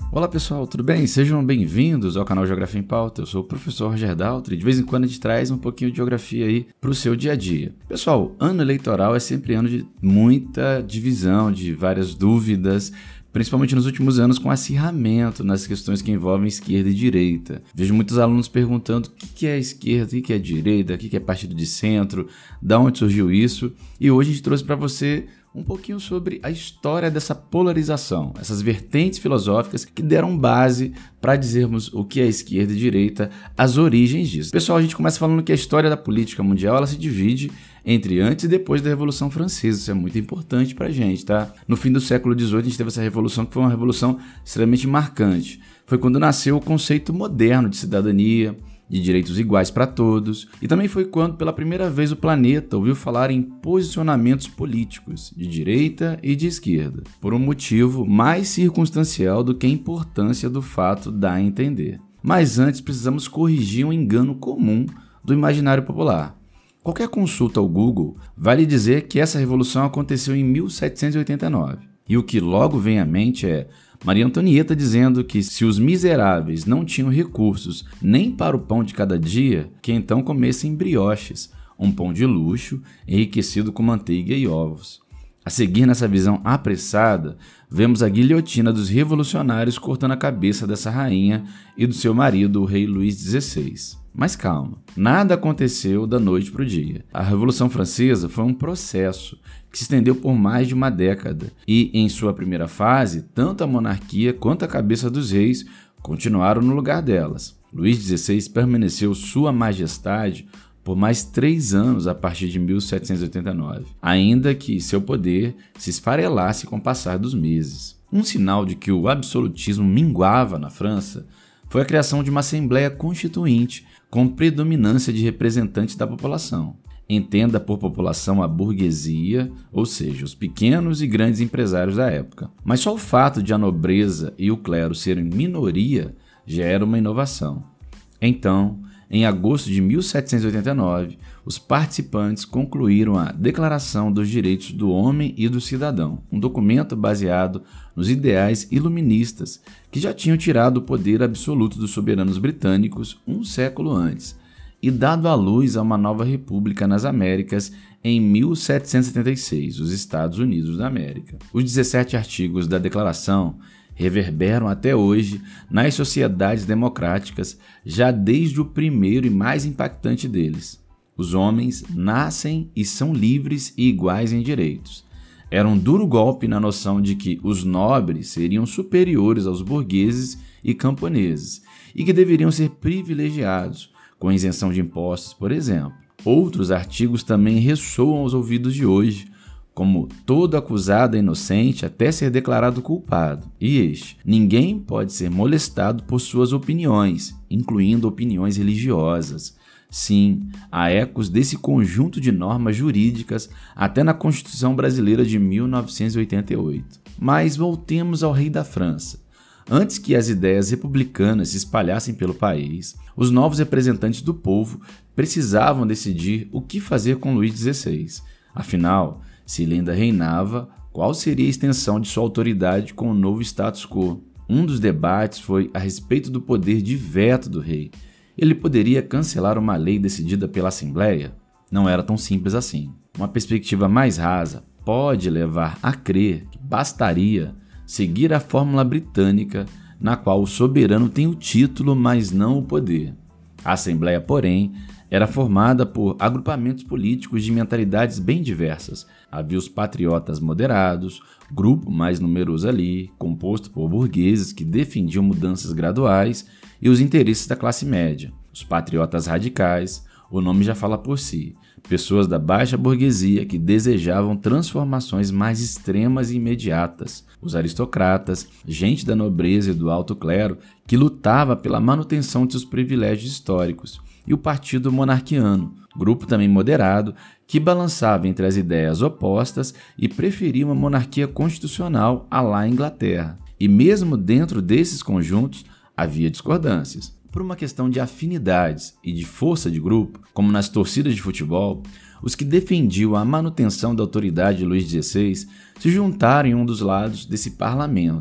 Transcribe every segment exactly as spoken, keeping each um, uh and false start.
Olá pessoal, tudo bem? Sejam bem-vindos ao canal Geografia em Pauta. Eu sou o professor Roger Daltri e de vez em quando a gente traz um pouquinho de geografia aí para o seu dia a dia. Pessoal, ano eleitoral é sempre ano de muita divisão, de várias dúvidas, principalmente nos últimos anos com acirramento nas questões que envolvem esquerda e direita. Vejo muitos alunos perguntando o que é esquerda, o que é direita, o que é partido de centro, de onde surgiu isso, e hoje a gente trouxe para você um pouquinho sobre a história dessa polarização, essas vertentes filosóficas que deram base para dizermos o que é esquerda e direita, as origens disso. Pessoal, a gente começa falando que a história da política mundial ela se divide entre antes e depois da Revolução Francesa. Isso é muito importante para a gente, tá? No fim do século dezoito, a gente teve essa revolução que foi uma revolução extremamente marcante. Foi quando nasceu o conceito moderno de cidadania, de direitos iguais para todos, e também foi quando, pela primeira vez, o planeta ouviu falar em posicionamentos políticos, de direita e de esquerda, por um motivo mais circunstancial do que a importância do fato dar a entender. Mas antes precisamos corrigir um engano comum do imaginário popular. Qualquer consulta ao Google vai lhe dizer que essa revolução aconteceu em mil setecentos e oitenta e nove, e o que logo vem à mente é Maria Antonieta dizendo que se os miseráveis não tinham recursos nem para o pão de cada dia, que então comessem brioches, um pão de luxo enriquecido com manteiga e ovos. A seguir nessa visão apressada, vemos a guilhotina dos revolucionários cortando a cabeça dessa rainha e do seu marido, o rei Luís dezesseis. Mas calma, nada aconteceu da noite para o dia. A Revolução Francesa foi um processo que se estendeu por mais de uma década e, em sua primeira fase, tanto a monarquia quanto a cabeça dos reis continuaram no lugar delas. Luís dezesseis permaneceu Sua Majestade por mais três anos a partir de mil setecentos e oitenta e nove, ainda que seu poder se esfarelasse com o passar dos meses. Um sinal de que o absolutismo minguava na França foi a criação de uma Assembleia Constituinte com predominância de representantes da população. Entenda por população a burguesia, ou seja, os pequenos e grandes empresários da época. Mas só o fato de a nobreza e o clero serem minoria já era uma inovação. Então, em agosto de mil setecentos e oitenta e nove, os participantes concluíram a Declaração dos Direitos do Homem e do Cidadão, um documento baseado nos ideais iluministas que já tinham tirado o poder absoluto dos soberanos britânicos um século antes e dado à luz a uma nova república nas Américas em mil setecentos e setenta e seis, os Estados Unidos da América. Os dezessete artigos da Declaração reverberam até hoje nas sociedades democráticas, já desde o primeiro e mais impactante deles. Os homens nascem e são livres e iguais em direitos. Era um duro golpe na noção de que os nobres seriam superiores aos burgueses e camponeses e que deveriam ser privilegiados, com isenção de impostos, por exemplo. Outros artigos também ressoam aos ouvidos de hoje, como todo acusado é inocente até ser declarado culpado. E este, ninguém pode ser molestado por suas opiniões, incluindo opiniões religiosas. Sim, há ecos desse conjunto de normas jurídicas até na Constituição Brasileira de mil novecentos e oitenta e oito. Mas voltemos ao rei da França. Antes que as ideias republicanas se espalhassem pelo país, os novos representantes do povo precisavam decidir o que fazer com Luís dezesseis. Afinal, se ele ainda reinava, qual seria a extensão de sua autoridade com o novo status quo? Um dos debates foi a respeito do poder de veto do rei. Ele poderia cancelar uma lei decidida pela Assembleia? Não era tão simples assim. Uma perspectiva mais rasa pode levar a crer que bastaria seguir a fórmula britânica, na qual o soberano tem o título, mas não o poder. A Assembleia, porém, era formada por agrupamentos políticos de mentalidades bem diversas. Havia os patriotas moderados, grupo mais numeroso ali, composto por burgueses que defendiam mudanças graduais, e os interesses da classe média. Os patriotas radicais, o nome já fala por si, pessoas da baixa burguesia que desejavam transformações mais extremas e imediatas. Os aristocratas, gente da nobreza e do alto clero, que lutava pela manutenção de seus privilégios históricos. E o Partido Monarquiano, grupo também moderado, que balançava entre as ideias opostas e preferia uma monarquia constitucional à la Inglaterra. E mesmo dentro desses conjuntos, havia discordâncias. Por uma questão de afinidades e de força de grupo, como nas torcidas de futebol, os que defendiam a manutenção da autoridade de Luís dezesseis se juntaram em um dos lados desse parlamento.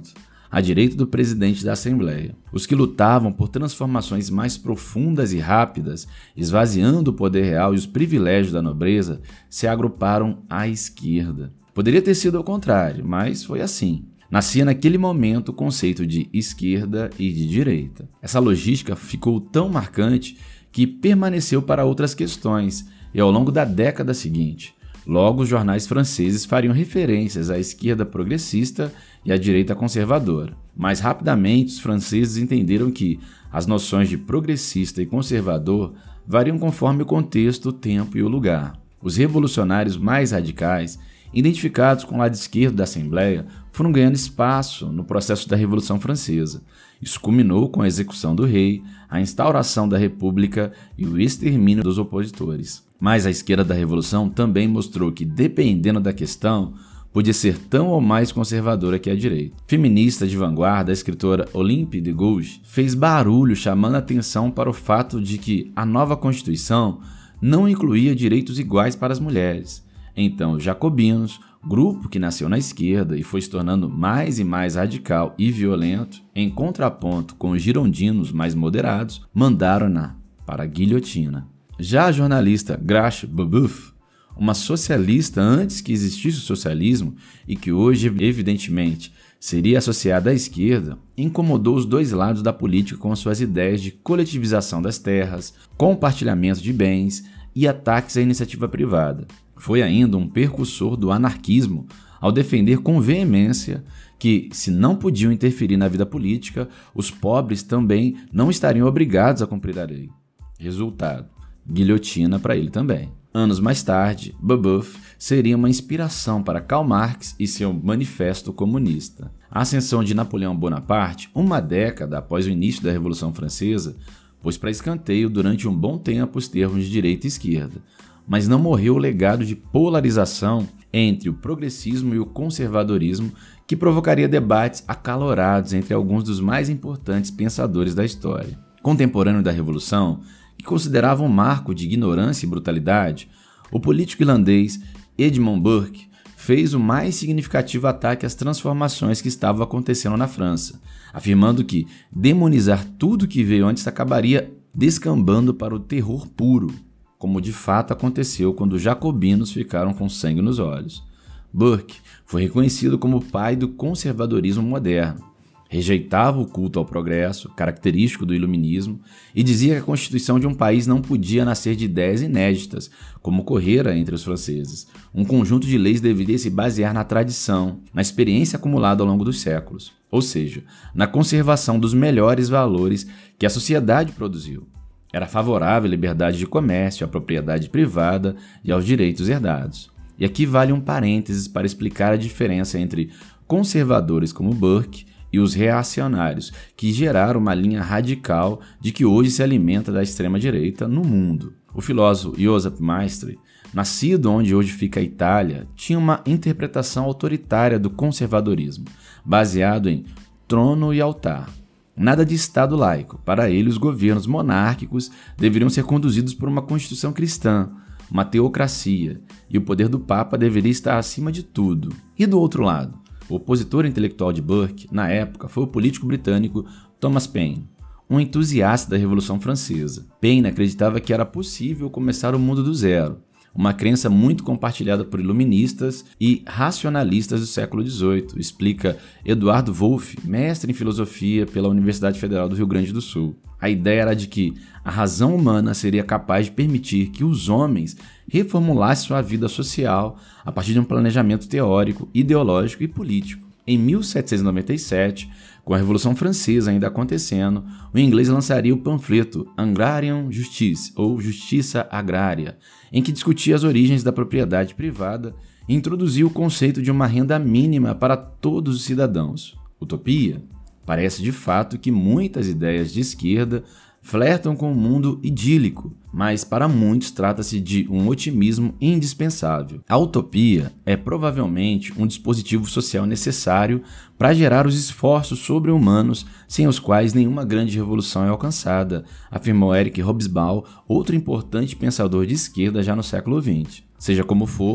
à direita do presidente da Assembleia. Os que lutavam por transformações mais profundas e rápidas, esvaziando o poder real e os privilégios da nobreza, se agruparam à esquerda. Poderia ter sido ao contrário, mas foi assim. Nascia naquele momento o conceito de esquerda e de direita. Essa logística ficou tão marcante que permaneceu para outras questões e ao longo da década seguinte. Logo, os jornais franceses fariam referências à esquerda progressista e à direita conservadora. Mas rapidamente os franceses entenderam que as noções de progressista e conservador variam conforme o contexto, o tempo e o lugar. Os revolucionários mais radicais, identificados com o lado esquerdo da Assembleia, foram ganhando espaço no processo da Revolução Francesa. Isso culminou com a execução do rei, a instauração da República e o extermínio dos opositores. Mas a esquerda da Revolução também mostrou que, dependendo da questão, podia ser tão ou mais conservadora que a direita. Feminista de vanguarda, a escritora Olympe de Gouges fez barulho chamando a atenção para o fato de que a nova Constituição não incluía direitos iguais para as mulheres. Então, os jacobinos, grupo que nasceu na esquerda e foi se tornando mais e mais radical e violento, em contraponto com os girondinos mais moderados, mandaram-na para a guilhotina. Já a jornalista Grace Babeuf, uma socialista antes que existisse o socialismo e que hoje, evidentemente, seria associada à esquerda, incomodou os dois lados da política com suas ideias de coletivização das terras, compartilhamento de bens e ataques à iniciativa privada. Foi ainda um precursor do anarquismo ao defender com veemência que, se não podiam interferir na vida política, os pobres também não estariam obrigados a cumprir a lei. Resultado: guilhotina para ele também. Anos mais tarde, Babeuf seria uma inspiração para Karl Marx e seu Manifesto Comunista. A ascensão de Napoleão Bonaparte, uma década após o início da Revolução Francesa, pôs para escanteio durante um bom tempo os termos de direita e esquerda, mas não morreu o legado de polarização entre o progressismo e o conservadorismo que provocaria debates acalorados entre alguns dos mais importantes pensadores da história. Contemporâneo da Revolução, que considerava um marco de ignorância e brutalidade, o político irlandês Edmund Burke fez o mais significativo ataque às transformações que estavam acontecendo na França, afirmando que demonizar tudo que veio antes acabaria descambando para o terror puro, como de fato aconteceu quando os jacobinos ficaram com sangue nos olhos. Burke foi reconhecido como o pai do conservadorismo moderno. Rejeitava o culto ao progresso, característico do iluminismo, e dizia que a constituição de um país não podia nascer de ideias inéditas, como ocorrera entre os franceses. Um conjunto de leis deveria se basear na tradição, na experiência acumulada ao longo dos séculos, ou seja, na conservação dos melhores valores que a sociedade produziu. Era favorável à liberdade de comércio, à propriedade privada e aos direitos herdados. E aqui vale um parênteses para explicar a diferença entre conservadores como Burke e os reacionários, que geraram uma linha radical de que hoje se alimenta da extrema-direita no mundo. O filósofo Joseph Maistre, nascido onde hoje fica a Itália, tinha uma interpretação autoritária do conservadorismo, baseado em trono e altar. Nada de Estado laico. Para ele, os governos monárquicos deveriam ser conduzidos por uma constituição cristã, uma teocracia, e o poder do Papa deveria estar acima de tudo. E do outro lado, o opositor intelectual de Burke, na época, foi o político britânico Thomas Paine, um entusiasta da Revolução Francesa. Paine acreditava que era possível começar o mundo do zero, uma crença muito compartilhada por iluministas e racionalistas do século dezoito, explica Eduardo Wolff, mestre em filosofia pela Universidade Federal do Rio Grande do Sul. A ideia era de que a razão humana seria capaz de permitir que os homens reformulassem sua vida social a partir de um planejamento teórico, ideológico e político. Em mil setecentos e noventa e sete, com a Revolução Francesa ainda acontecendo, o inglês lançaria o panfleto Agrarian Justice, ou Justiça Agrária, em que discutia as origens da propriedade privada e introduziu o conceito de uma renda mínima para todos os cidadãos. Utopia? Parece de fato que muitas ideias de esquerda flertam com um mundo idílico, mas para muitos trata-se de um otimismo indispensável. A utopia é provavelmente um dispositivo social necessário para gerar os esforços sobre-humanos sem os quais nenhuma grande revolução é alcançada, afirmou Eric Hobsbawm, outro importante pensador de esquerda já no século vinte. Seja como for,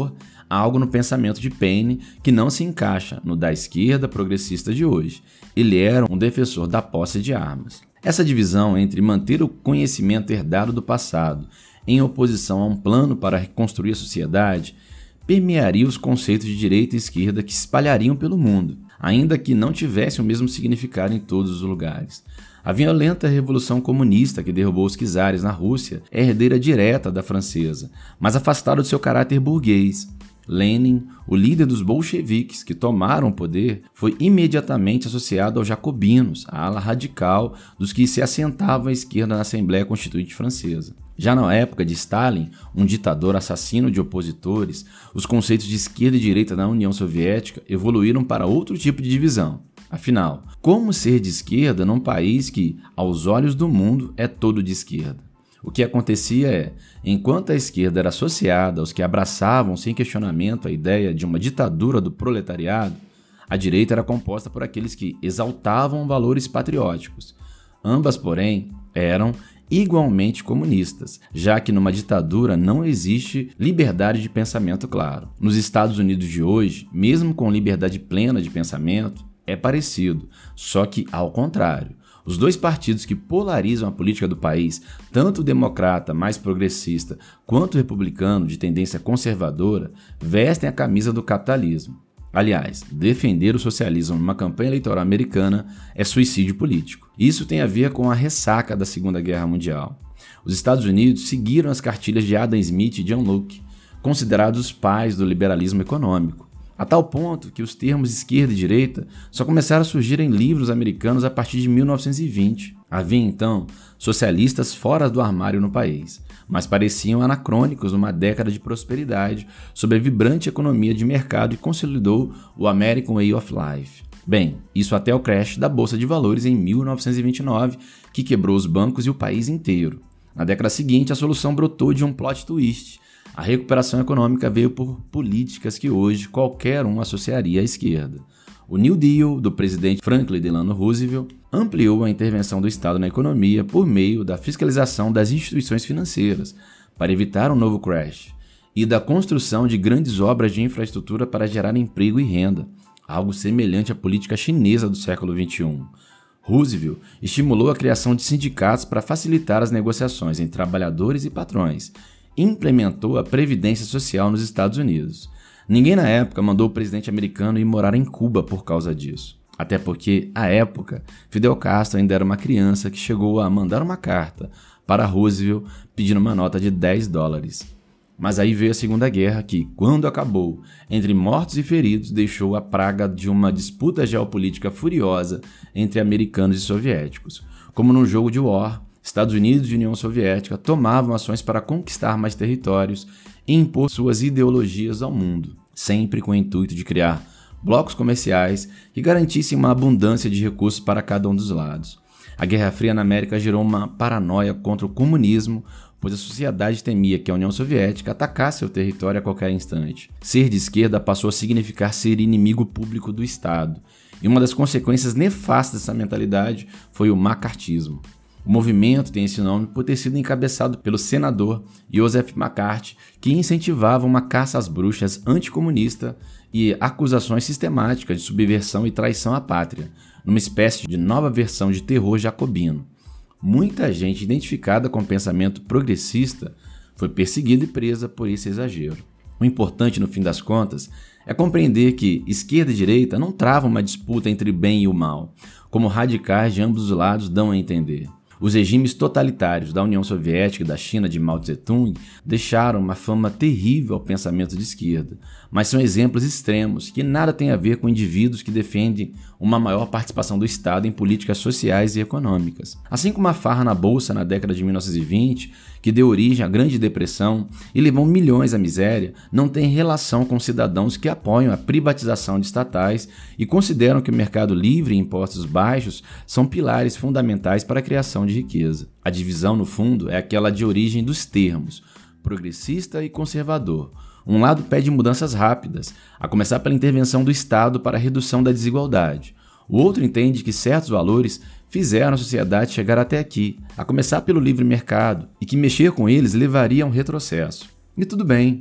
há algo no pensamento de Paine que não se encaixa no da esquerda progressista de hoje. Ele era um defensor da posse de armas. Essa divisão entre manter o conhecimento herdado do passado em oposição a um plano para reconstruir a sociedade permearia os conceitos de direita e esquerda que se espalhariam pelo mundo, ainda que não tivessem o mesmo significado em todos os lugares. A violenta revolução comunista que derrubou os czares na Rússia é herdeira direta da francesa, mas afastada do seu caráter burguês. Lenin, o líder dos bolcheviques que tomaram o poder, foi imediatamente associado aos jacobinos, a ala radical dos que se assentavam à esquerda na Assembleia Constituinte Francesa. Já na época de Stalin, um ditador assassino de opositores, os conceitos de esquerda e direita na União Soviética evoluíram para outro tipo de divisão. Afinal, como ser de esquerda num país que, aos olhos do mundo, é todo de esquerda? O que acontecia é, enquanto a esquerda era associada aos que abraçavam sem questionamento a ideia de uma ditadura do proletariado, a direita era composta por aqueles que exaltavam valores patrióticos. Ambas, porém, eram igualmente comunistas, já que numa ditadura não existe liberdade de pensamento claro. Nos Estados Unidos de hoje, mesmo com liberdade plena de pensamento, é parecido, só que ao contrário. Os dois partidos que polarizam a política do país, tanto o democrata mais progressista quanto o republicano de tendência conservadora, vestem a camisa do capitalismo. Aliás, defender o socialismo numa campanha eleitoral americana é suicídio político. Isso tem a ver com a ressaca da Segunda Guerra Mundial. Os Estados Unidos seguiram as cartilhas de Adam Smith e John Locke, considerados os pais do liberalismo econômico, a tal ponto que os termos esquerda e direita só começaram a surgir em livros americanos a partir de mil novecentos e vinte. Havia então socialistas fora do armário no país, mas pareciam anacrônicos numa década de prosperidade sob a vibrante economia de mercado que consolidou o American Way of Life. Bem, isso até o crash da Bolsa de Valores em mil novecentos e vinte e nove, que quebrou os bancos e o país inteiro. Na década seguinte, a solução brotou de um plot twist. A recuperação econômica veio por políticas que hoje qualquer um associaria à esquerda. O New Deal, do presidente Franklin Delano Roosevelt, ampliou a intervenção do Estado na economia por meio da fiscalização das instituições financeiras, para evitar um novo crash, e da construção de grandes obras de infraestrutura para gerar emprego e renda, algo semelhante à política chinesa do século vinte e um. Roosevelt estimulou a criação de sindicatos para facilitar as negociações entre trabalhadores e patrões, implementou a Previdência Social nos Estados Unidos. Ninguém na época mandou o presidente americano ir morar em Cuba por causa disso. Até porque, à época, Fidel Castro ainda era uma criança que chegou a mandar uma carta para Roosevelt pedindo uma nota de dez dólares. Mas aí veio a Segunda Guerra que, quando acabou, entre mortos e feridos, deixou a praga de uma disputa geopolítica furiosa entre americanos e soviéticos. Como num jogo de war, Estados Unidos e União Soviética tomavam ações para conquistar mais territórios e impor suas ideologias ao mundo, sempre com o intuito de criar blocos comerciais que garantissem uma abundância de recursos para cada um dos lados. A Guerra Fria na América gerou uma paranoia contra o comunismo, pois a sociedade temia que a União Soviética atacasse seu território a qualquer instante. Ser de esquerda passou a significar ser inimigo público do Estado, e uma das consequências nefastas dessa mentalidade foi o macartismo. O movimento tem esse nome por ter sido encabeçado pelo senador Joseph McCarthy, que incentivava uma caça às bruxas anticomunista e acusações sistemáticas de subversão e traição à pátria, numa espécie de nova versão de terror jacobino. Muita gente identificada com o pensamento progressista foi perseguida e presa por esse exagero. O importante, no fim das contas, é compreender que esquerda e direita não travam uma disputa entre o bem e o mal, como radicais de ambos os lados dão a entender. Os regimes totalitários da União Soviética e da China de Mao Tse-tung deixaram uma fama terrível ao pensamento de esquerda, mas são exemplos extremos que nada têm a ver com indivíduos que defendem uma maior participação do Estado em políticas sociais e econômicas. Assim como a farra na Bolsa na década de mil novecentos e vinte, que deu origem à Grande Depressão e levou milhões à miséria, não tem relação com cidadãos que apoiam a privatização de estatais e consideram que o mercado livre e impostos baixos são pilares fundamentais para a criação de riqueza. A divisão, no fundo, é aquela de origem dos termos, progressista e conservador. Um lado pede mudanças rápidas, a começar pela intervenção do Estado para a redução da desigualdade. O outro entende que certos valores fizeram a sociedade chegar até aqui, a começar pelo livre mercado, e que mexer com eles levaria a um retrocesso. E tudo bem,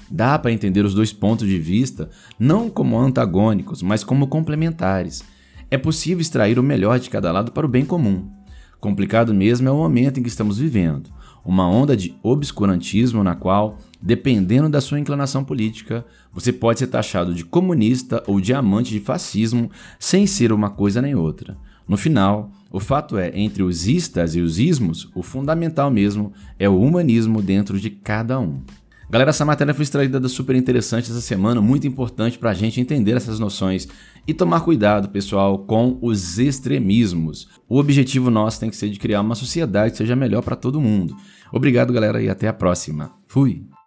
Dá para entender os dois pontos de vista não como antagônicos, mas como complementares. É possível extrair o melhor de cada lado para o bem comum. Complicado mesmo é o momento em que estamos vivendo. Uma onda de obscurantismo na qual, dependendo da sua inclinação política, você pode ser taxado de comunista ou de amante de fascismo sem ser uma coisa nem outra. No final, o fato é, entre os istas e os ismos, o fundamental mesmo é o humanismo dentro de cada um. Galera, essa matéria foi extraída da Super Interessante essa semana, muito importante para a gente entender essas noções e tomar cuidado, pessoal, com os extremismos. O objetivo nosso tem que ser de criar uma sociedade que seja melhor para todo mundo. Obrigado, galera, e até a próxima. Fui!